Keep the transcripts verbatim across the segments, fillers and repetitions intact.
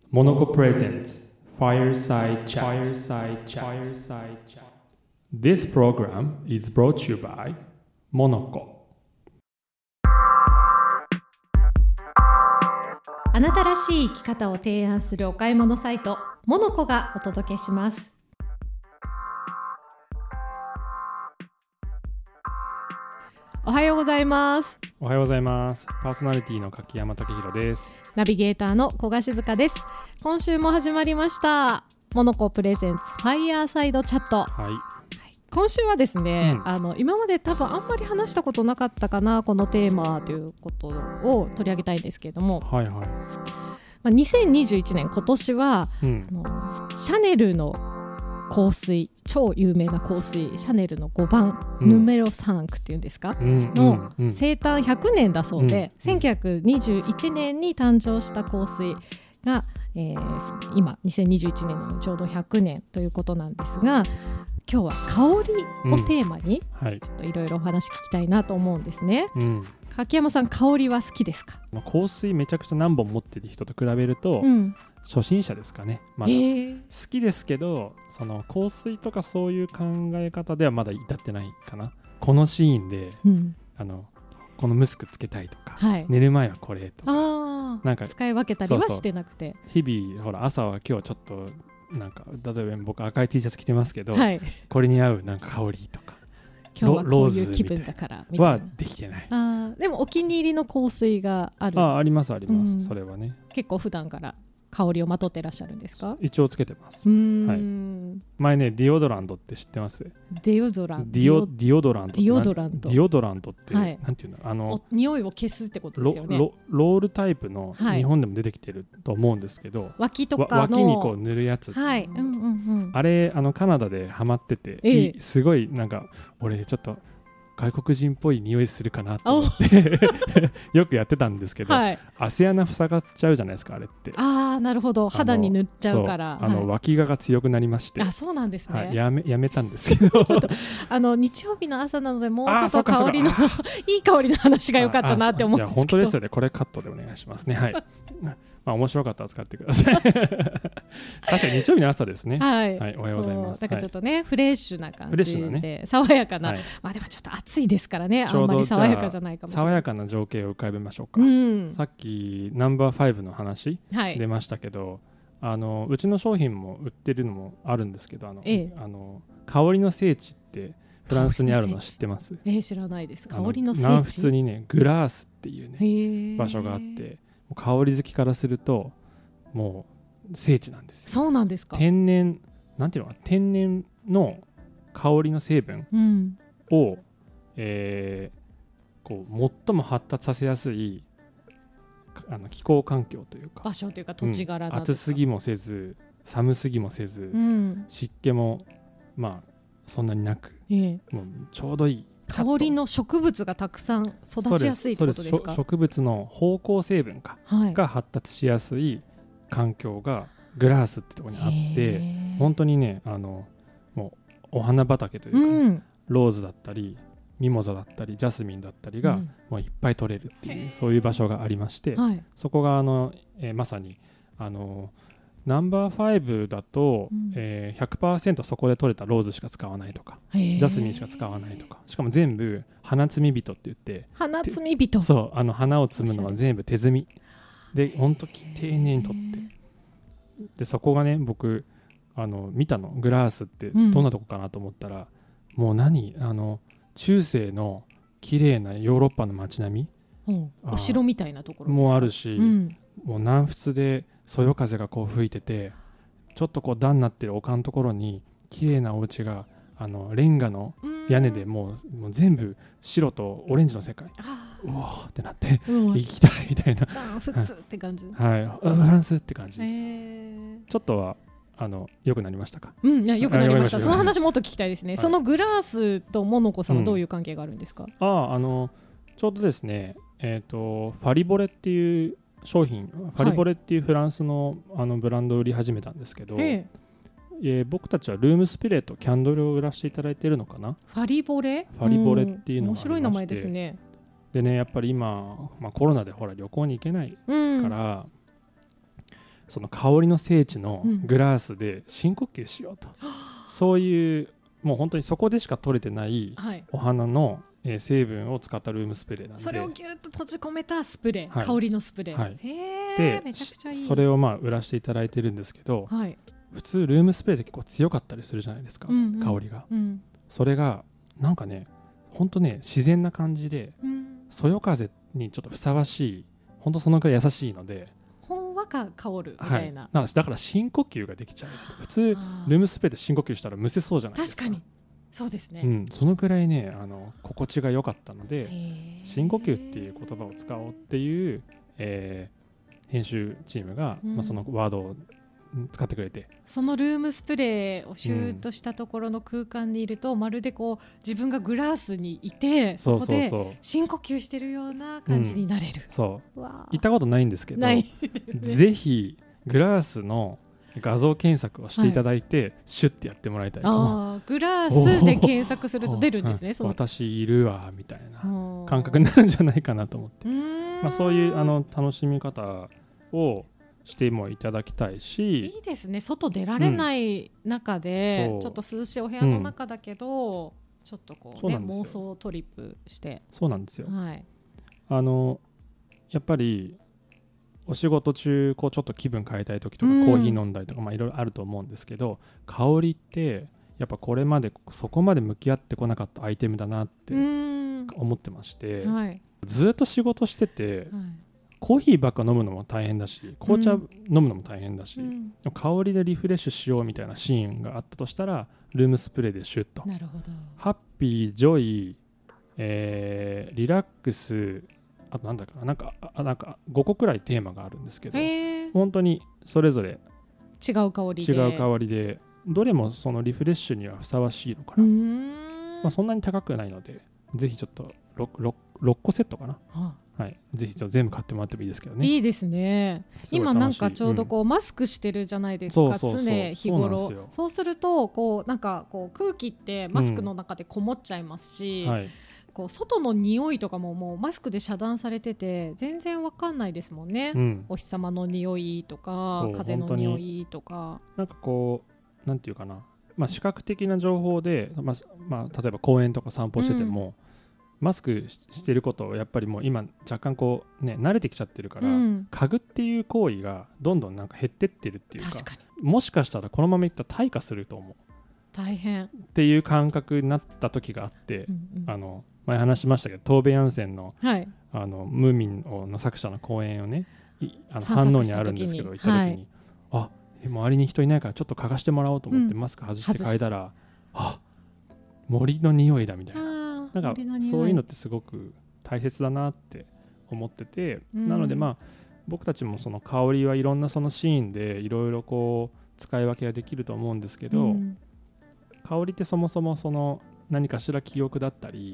Monoco presents Fireside Chat. Fireside Chat. Fireside Chat. This program is brought to you by Monoco. あなたらしい生き方を提案するお買い物サイトモノコがお届けします。おはようございます。 おはようございます。パーソナリティの柿山武弘です。 ナビゲーターの古賀静香です。今週も始まりましたモノコプレゼンツファイヤーサイドチャット。 はい、 今週はですね、 うん、 あの今まで多分あんまり話したことなかったかなこのテーマということを取り上げたいんですけれども、 はいはい、 まあ、にせんにじゅういちねん今年は、 うん、 あのシャネルの香水、超有名な香水シャネルのごばん、うん、ヌメロサンクっていうんですか、うん、の生誕ひゃくねんだそうで、うん、せんきゅうひゃくにじゅういちねんに誕生した香水が、えー、今にせんにじゅういちねんのちょうどひゃくねんということなんですが、今日は香りをテーマにちょっといろいろお話聞きたいなと思うんですね、うん、柿山さん香りは好きですか？ 香水めちゃくちゃ何本持ってる人と比べると、うん、初心者ですかね、まだ、えー、好きですけどその香水とかそういう考え方ではまだ至ってないかな。このシーンで、うん、あのこのムスクつけたいとか、はい、寝る前はこれとか、 あなんか使い分けたりはしてなくて、 そうそう日々ほら朝は今日ちょっとなんか例えば僕赤い T シャツ着てますけど、はい、これに合うなんか香りとか今日はこういう気分だからみたいなはできてない。 あでもお気に入りの香水がある？ あありますあります、うん、それはね結構普段から香りをまとってらっしゃるんですか？ 一応つけてます。うーん、はい、前ねディオドラントって知ってます？ ディオドラントディオディオドラントディオドラントディオドラントって、はい、なんていうのあの匂いを消すってことですよね。 ロ, ロ, ロールタイプの、はい、日本でも出てきてると思うんですけど、 脇とかの脇にこう塗るやつ、 はいうんうんうん、 あれあのカナダでハマってて、ええ、すごいなんか俺ちょっと外国人っぽい匂いするかなと思ってよくやってたんですけど、はい、汗穴塞がっちゃうじゃないですかあれって。 あーなるほど、肌に塗っちゃうからあの、はい、脇がが強くなりまして、 あそうなんですね、 はい、やめ、やめたんですけどあの日曜日の朝なのでもうちょっと香りのいい香りの話が良かったなって思うんですけど、いや本当ですよね、これカットでお願いしますね。はいまあ、面白かったら使ってください確かに日曜日の朝ですね、はいはい、おはようございます。 だからちょっとね、はい、フレッシュな感じで、ね、爽やかな、はい、まあでもちょっと暑いですからね、あんまり爽やかじゃないかもしれない。 爽やかな情景を浮かべましょうか、うん、さっきナンバーファイブの話、はい、出ましたけど、あのうちの商品も売ってるのもあるんですけど、あの、ええ、あの香りの聖地ってフランスにあるの知ってます？ えー、知らないです。香りの聖地、 南仏にねグラースっていうね場所があって、香り好きからするともう聖地なんですよ。 そうなんですか。 天然なんていうのか天然の香りの成分を、うんえー、こう最も発達させやすいあの気候環境というか場所というか土地柄だとか、 うん、暑すぎもせず寒すぎもせず、うん、湿気もまあそんなになく、えー、もうちょうどいい香りの植物がたくさん育ちやすいってことですか？ 植物の芳香成分か、はい、が発達しやすい環境がグラースってところにあって、本当にねあのもうお花畑というか、うん、ローズだったりミモザだったりジャスミンだったりが、うん、もういっぱい取れるっていうそういう場所がありまして、はい、そこがあの、えー、まさにあのナンバーファイブだと、うんえー、ひゃくパーセント そこで取れたローズしか使わないとかジャスミンしか使わないとか、しかも全部花摘み人って言って、 花摘み人、 そうあの花を摘むのは全部手摘みで本当に丁寧に取って、でそこがね僕あの見たのグラースってどんなとこかなと思ったら、うん、もう何あの中世の綺麗なヨーロッパの街並み、うん、 お城みたいなところもあるし、うん、もう南仏でそよ風がこう吹いててちょっとこう段になってる丘のところに綺麗なお家があのレンガの屋根でも う, もう全部白とオレンジの世界、うわーってなって行きたいみたいな、 普通って感じ、 はい、フランスって感じ、ちょっとはあの良くなりましたか？ うん、いや良くなりました。その話もっと聞きたいですね、はい、そのグラースとモノコさんはどういう関係があるんですか？ うん、ああのちょうどですね、えーと、ファリボレっていう商品、ファリボレっていうフランス の, あのブランドを売り始めたんですけど、ええ、僕たちはルームスピレットキャンドルを売らせていただいているのかな。 ファリボレファリボレっていうのがありまして、面白い名前ですね。 でねやっぱり今、まあ、コロナでほら旅行に行けないから、うん、 その香りの聖地のグラスで深呼吸しようと、うん、そういうもう本当にそこでしか取れてないお花の、えー、成分を使ったルームスプレーなんで、 それをギュッと閉じ込めたスプレー、はい、香りのスプレー、はい、へでめちゃくちゃいい。 それをまあ売らせていただいてるんですけど、はい、普通ルームスプレーって結構強かったりするじゃないですか、うんうん、香りが、うん、それがなんかね本当ね自然な感じで、うん、そよ風にちょっとふさわしい、本当そのくらい優しいのでほんわか香るみたいな、 はい、だから深呼吸ができちゃう。普通ルームスプレーで深呼吸したらむせそうじゃないですか。 確かにそうですね、 うん、そのくらいねあの心地が良かったので深呼吸っていう言葉を使おうっていう、えー、編集チームが、うんまあ、そのワードを使ってくれて、 そのルームスプレーをシューッとしたところの空間にいると、うん、まるでこう自分がグラスにいてそこで深呼吸してるような感じになれる、 うん、そう行ったことないんですけどぜひグラスの画像検索をしていただいて、はい、シュッてやってもらいたい。 あグラスで検索すると出るんですね。その私いるわみたいな感覚になるんじゃないかなと思って、まあ、そういうあの楽しみ方をしてもいただきたいし、 いいですね。外出られない中で、うん、ちょっと涼しいお部屋の中だけど、うん、ちょっとこう、ね、妄想トリップしてそうなんですよ、 はい、 あのやっぱりお仕事中こうちょっと気分変えたい時とか、うん、コーヒー飲んだりとか、まあ、いろいろあると思うんですけど、香りってやっぱこれまでそこまで向き合ってこなかったアイテムだなって思ってまして、はい、ずっと仕事してて、はい、コーヒーばっか飲むのも大変だし紅茶飲むのも大変だし、うん、香りでリフレッシュしようみたいなシーンがあったとしたらルームスプレーでシュッと。 なるほど。 ハッピー、ジョイ、えー、リラックス、あとなんだかな、なんか、あ、なんかごこくらいテーマがあるんですけど、本当にそれぞれ違う香りで違う香りでどれもそのリフレッシュにはふさわしいのかな。うーん、まあ、そんなに高くないのでぜひちょっと 6, 6, ろっこセットかな、はあ、はい、ぜひちょっと全部買ってもらってもいいですけどね。 いいですね。今なんかちょうどこう、うん、マスクしてるじゃないですか、常日頃。そうそうするとこうなんかこう空気ってマスクの中でこもっちゃいますし、うんはい、こう外の匂いとかももうマスクで遮断されてて全然わかんないですもんね、うん、お日様の匂いとか風の匂いとか、 なんかこうなんていうかな、まあ、視覚的な情報で、まあまあ、例えば公園とか散歩してても、うんマスク し, してることをやっぱりもう今若干こうね慣れてきちゃってるから、うん、嗅ぐっていう行為がどんどんなんか減ってってるっていうか、 確かにもしかしたらこのままいったら退化すると思う。 大変っていう感覚になった時があって、うんうん、あの前話しましたけどトーベ・ヤンセン の,、はい、あのムーミンの作者の講演をねあの反応にあるんですけど行った時に、はい、あ周りに人いないからちょっと嗅がしてもらおうと思って、うん、マスク外して嗅いだらあ森の匂いだみたいな、なんかそういうのってすごく大切だなって思ってて、うん、なのでまあ僕たちもその香りはいろんなそのシーンでいろいろこう使い分けができると思うんですけど、うん、香りってそもそもその何かしら記憶だったり、うん、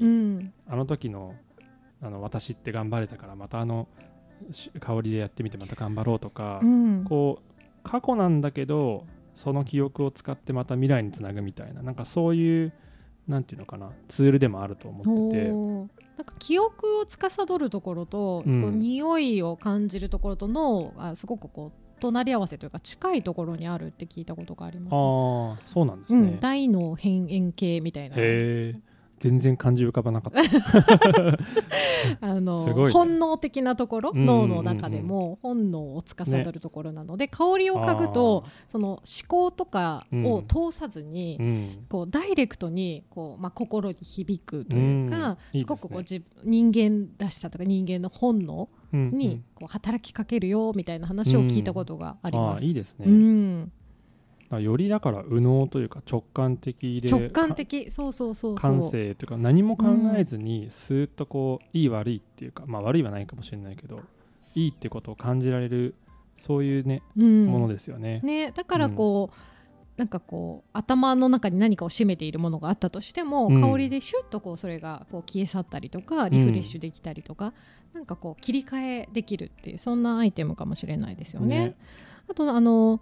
あの時のあの私って頑張れたからまたあの香りでやってみてまた頑張ろうとか、うん、こう過去なんだけどその記憶を使ってまた未来につなぐみたいな、なんかそういうなんていうのかなツールでもあると思ってて、 なんか記憶を司るところと、うん、こう匂いを感じるところとのあすごくこう隣り合わせというか近いところにあるって聞いたことがあります。 ああそうなんですね、うん、 大脳辺縁系みたいな。 へー全然漢字浮かばなかったあの、ね、本能的なところ、うんうんうんうん、脳の中でも本能を司るところなので、ね、香りを嗅ぐとその思考とかを通さずに、うん、こうダイレクトにこう、まあ、心に響くというか、うん、すごくこう自人間らしさとか人間の本能にこう働きかけるよみたいな話を聞いたことがあります。 うん、あいいですね、うんよりだから右脳というか直感的で直感的そうそうそうそう感性というか何も考えずにスーッとこう、うん、いい悪いっていうか、まあ悪いはないかもしれないけどいいってことを感じられるそういうね、うん、ものですよね。 ねだからこう、うん、なんかこう頭の中に何かを占めているものがあったとしても、うん、香りでシュッとこうそれがこう消え去ったりとかリフレッシュできたりとか、うん、なんかこう切り替えできるっていうそんなアイテムかもしれないですよね。ねあとあの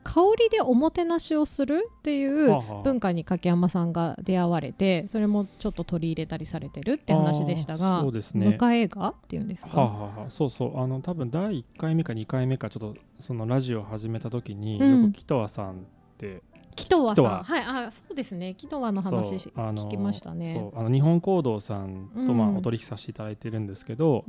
香りでおもてなしをするっていう文化に柿山さんが出会われて、それもちょっと取り入れたりされてるって話でしたが、 そうですね、 迎えがっていうんですか。 はあはあはあ、そうそう、あの多分だいいっかいめかにかいめかちょっとそのラジオを始めた時に、うん、よくキトワさんってキトワさん、はい、あ、そうですね、キトワの話聞きましたね。 そう、あの日本香堂さんとまあお取引させていただいてるんですけど、うん、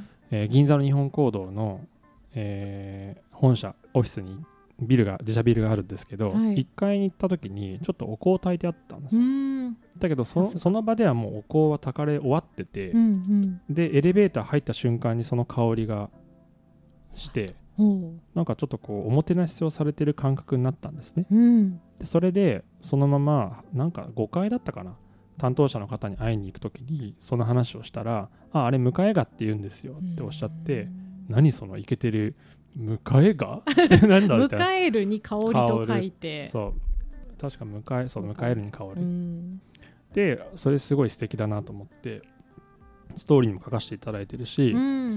えー、銀座の日本香堂の、えー、本社オフィスにビルが自社ビルがあるんですけど、はい、いっかいに行った時にちょっとお香を焚いてあったんですよ。だけど そ, その場ではもうお香は焚かれ終わってて、うんうん、でエレベーター入った瞬間にその香りがして、なんかちょっとこうおもてなしをされてる感覚になったんですね、うん、でそれでそのままなんかごかいだったかな、担当者の方に会いに行く時にその話をしたら、あ、あれ迎えがって言うんですよっておっしゃって、何そのイケてる迎えがなんだみたいな。 迎えるに香りと書いて、 そう確か迎え、そう迎えるに香り、うん、でそれすごい素敵だなと思ってストーリーにも書かせていただいてるし、うん、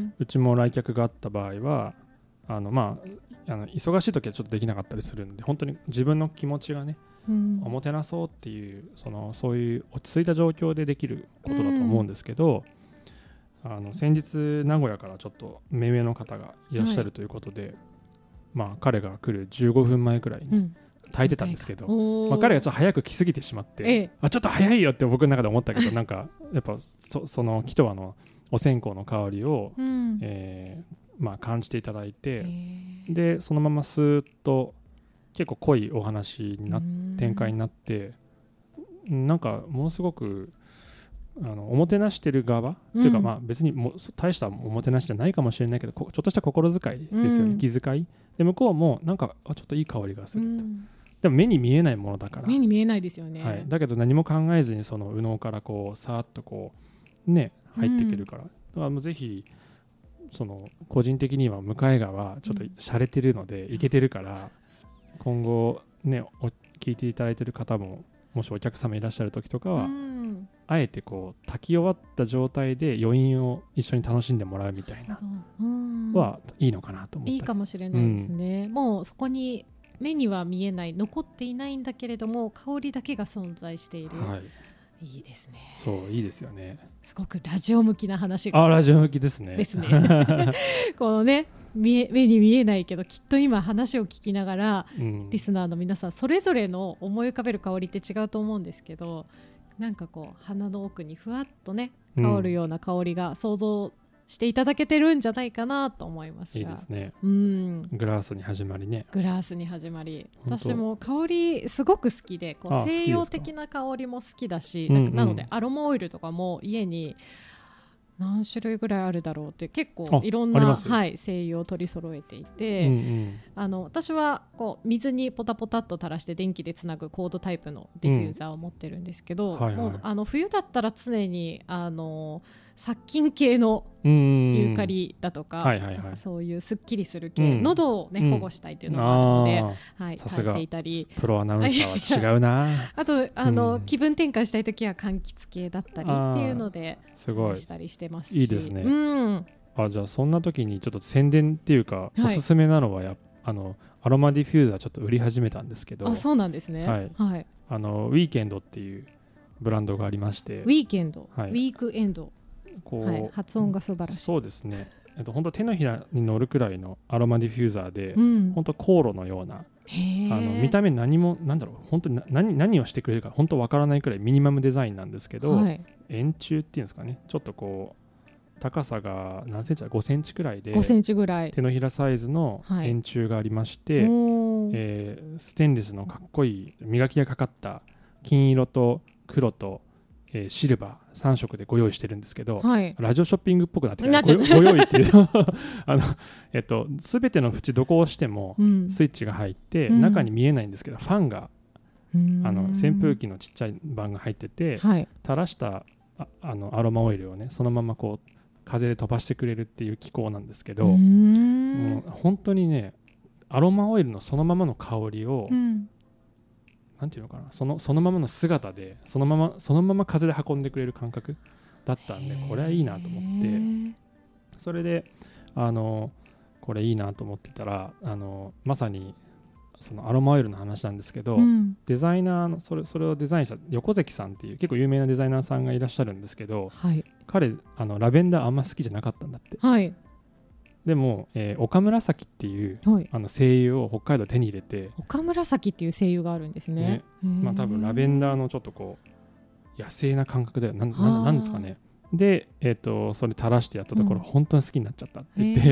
うちも来客があった場合はあの、まあ、あの忙しい時はちょっとできなかったりするんで、本当に自分の気持ちがね、うん、おもてなそうっていうそのそういう落ち着いた状況でできることだと思うんですけど、うん、あの先日名古屋からちょっと目上の方がいらっしゃるということで、はい、まあ、彼が来るじゅうごふんまえくらいに、うん、炊いてたんですけど、まあ、彼がちょっと早く来すぎてしまって、ええ、あちょっと早いよって僕の中で思ったけどなんかやっぱ そ, そのキトワのお線香の香りを、うん、えーまあ、感じていただいて、でそのままスーッと結構濃いお話にな展開になって、なんかものすごくあのおもてなしてる側、うん、というか、まあ別にも大したおもてなしじゃないかもしれないけど、ちょっとした心遣いですよね、うん、気遣いで向こうもなんかあちょっといい香りがすると、うん、でも目に見えないものだから、 目に見えないですよね、 はい、だけど何も考えずにその右脳からこうさーっとこうね入ってくるから、うん、だからもうぜひその個人的には迎えがはちょっと洒落てるので、うん、いけてるから今後ね聞いていただいてる方ももしお客様いらっしゃる時とかは、うん、あえてこう炊き終わった状態で余韻を一緒に楽しんでもらうみたいなはいいのかなと思った。 いいかもしれないですね、うん、もうそこに目には見えない残っていないんだけれども香りだけが存在している、はい、いいですね。 そういいですよね。 すごくラジオ向きな話があラジオ向きですねですねこのね見え目に見えないけどきっと今話を聞きながら、うん、リスナーの皆さんそれぞれの思い浮かべる香りって違うと思うんですけど、なんかこう鼻の奥にふわっとね香るような香りが想像していただけてるんじゃないかなと思いますが、 いいですね、うん、グラースに始まりねグラースに始まり、私も香りすごく好きでこう西洋的な香りも好きだし、なんかなのでアロマオイルとかも家に何種類ぐらいあるだろうって結構いろんな、はい、精油を取り揃えていて、うんうん、あの私はこう水にポタポタっと垂らして電気でつなぐコードタイプのディフューザーを持ってるんですけど、うんはいはい、もうあの冬だったら常にあの殺菌系のユーカリだとか、はいはいはい、そういうすっきりする系、うん、喉を、ね、保護したいというのがあるので、うんはい、 さすが炊いていたりプロアナウンサーは違うなあとあの、うん、気分転換したいときは柑橘系だったりっていうのですごいしたりしてますし、 いいですね、 うん、 あじゃあそんな時にちょっと宣伝っていうか、はい、おすすめなのはやあのアロマディフューザーちょっと売り始めたんですけど、 あそうなんですね、 はいはい、あのウィーケンドっていうブランドがありまして、 ウィーケンド、はい、ウィークエンドこう、 はい、発音が素晴らしい。 そうですね、えっと、本当手のひらに乗るくらいのアロマディフューザーで、うん、本当香炉のようなあの見た目何もなんだろう本当に何、何をしてくれるか本当わからないくらいミニマムデザインなんですけど、はい、円柱っていうんですかね、ちょっとこう高さが何センチだごセンチくらいでごセンチぐらい手のひらサイズの円柱がありまして、はいえー、ステンレスのかっこいい磨きがかかった金色と黒とえー、シルバーさん色でご用意してるんですけど、はい、ラジオショッピングっぽくなってきたご, ご用意っていうあの、えっと、全ての縁どこを押してもスイッチが入って、うん、中に見えないんですけどファンが、うん、あの扇風機のちっちゃい板が入ってて、はい、垂らしたああのアロマオイルをねそのままこう風で飛ばしてくれるっていう機構なんですけど、うん、もう本当にねアロマオイルのそのままの香りを、うんなんていうのかな、その、そのままの姿でそのままそのまま風で運んでくれる感覚だったんで、これはいいなと思って、それであのこれいいなと思ってたらあのまさにそのアロマオイルの話なんですけど、うん、デザイナーのそれ、それをデザインした横関さんっていう結構有名なデザイナーさんがいらっしゃるんですけど、はい、彼あのラベンダーあんま好きじゃなかったんだって、はい、でも、えー、岡紫っていう、はい、あの精油を北海道手に入れて、 岡紫っていう精油があるんですね。 ね、まあ、多分ラベンダーのちょっとこう野生な感覚でな な, なんですかね。で、えー、とそれ垂らしてやったところ、うん、本当に好きになっちゃったって言って、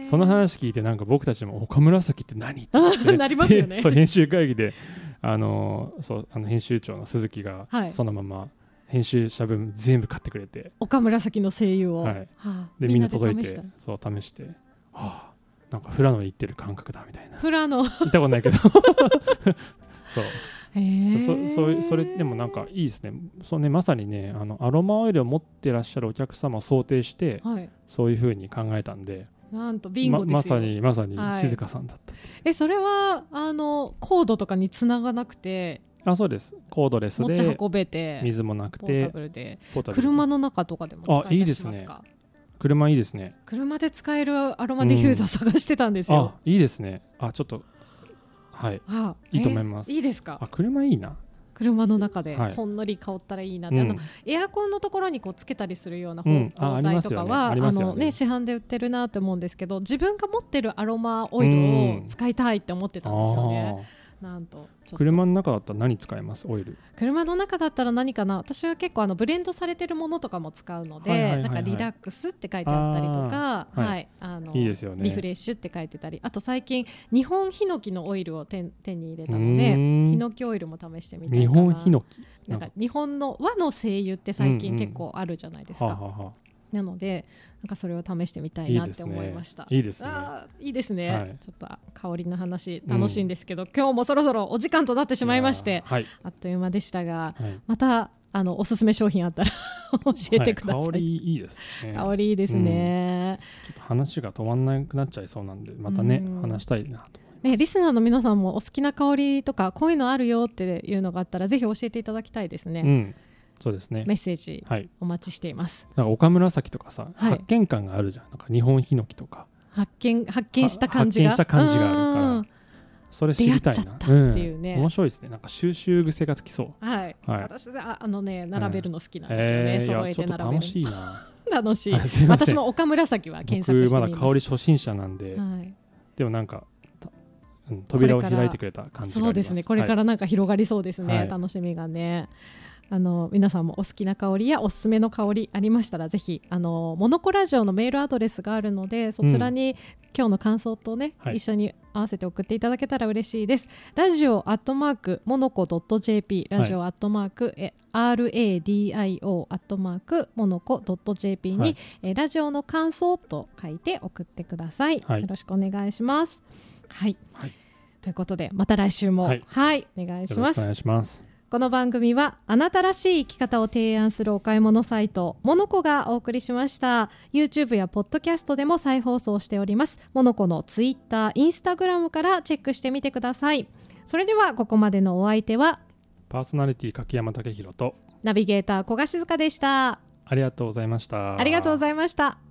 その話聞いてなんか僕たちも岡紫って何ってなりますよね。 そう編集会議であのそうあの編集長の鈴木がそのまま編集者分全部買ってくれて、 岡紫の精油を、 はい、はあ、でみんな届いてそう試して、はあ、なんか富良野に行ってる感覚だみたいな。 富良野行ったことないけどそうへそ, そ, それでもなんかいいですね。そうね、まさにねあのアロマオイルを持ってらっしゃるお客様を想定して、はい、そういう風に考えたんで、 なんとビンゴですよ、 ま, まさにまさに静香さんだった、はい、 えそれはあのコードとかにつながなくて、 あそうです、コードレスで持ち運べて水もなくてポータブルで車の中とかでも使えたりしますか？あいいですね、 車いいですね。 車で使えるアロマディフューザー探してたんですよ、うん、 あいいですね。あちょっとはい、あいいと思います。 いいですか？ あ車いいな。 車の中でほんのり香ったらいいなって、はい、あのエアコンのところにこうつけたりするような芳香剤とかは、うん、ああのね、市販で売ってるなと思うんですけど、自分が持ってるアロマオイルを使いたいって思ってたんですよね。なんと車の中だったら何使えます？オイル。 車の中だったら何かな。私は結構あのブレンドされてるものとかも使うので、はいはいはいはい、なんかリラックスって書いてあったりとか、あ、はい、あのいいですよね、リフレッシュって書いてたり、あと最近日本ヒノキのオイルを 手, 手に入れたので、ヒノキオイルも試してみたいかな。 日本ヒノキなんか日本の和の精油って最近結構あるじゃないですか、うんうん、はあはあ、なのでなんかそれを試してみたいなって思いました。 いいですね。 あいいですね、はい、ちょっと香りの話楽しいんですけど、うん、今日もそろそろお時間となってしまいまして、はい、あっという間でしたが、はい、またあのおすすめ商品あったら教えてください、 はい、香りいいですね。 香りいいですね、 うん、ちょっと話が止まんなくなっちゃいそうなんでまたね、うん、話したいなとね、リスナーの皆さんもお好きな香りとかこういうのあるよっていうのがあったらぜひ教えていただきたいですね。うん、 そうですね、 メッセージお待ちしています、 はい、なんか岡紫とかさ、はい、発見感があるじゃん。なんか日本ヒノキとか発見発見した感じが発見した感じがあるからそれ知りたいな。 出会っちゃったっていうね、 うん、面白いですね。なんか収集癖がつきそう。 はい、はい、私ああのね並べるの好きなんですよね、うん、揃えて並べる。いやちょっと楽しいな楽しい私も岡紫は検索してみます。 僕まだ香り初心者なんで、はい、でもなんかうん、扉を開いてくれた感じがあります。 そうですね、これからなんか広がりそうですね、はい、楽しみがね。あの皆さんもお好きな香りやおすすめの香りありましたらぜひあのモノコラジオのメールアドレスがあるのでそちらに今日の感想とね、うん、一緒に合わせて送っていただけたら嬉しいです。ラジオアットマークモノコ .jp ラジオアットマーク、はい、アールエーディーアイオー アットマークモノコ .jp に、はい、えラジオの感想と書いて送ってください、はい、よろしくお願いします。はい、はい、ということでまた来週も、はいはい、お願いします。 よろしくお願いします。 この番組はあなたらしい生き方を提案するお買い物サイトモノコがお送りしました。 YouTube やポッドキャストでも再放送しております。モノコの Twitter、Instagram からチェックしてみてください。それではここまでのお相手はパーソナリティ柿山武宏とナビゲーター古賀静香でした。 ありがとうございました。 ありがとうございました。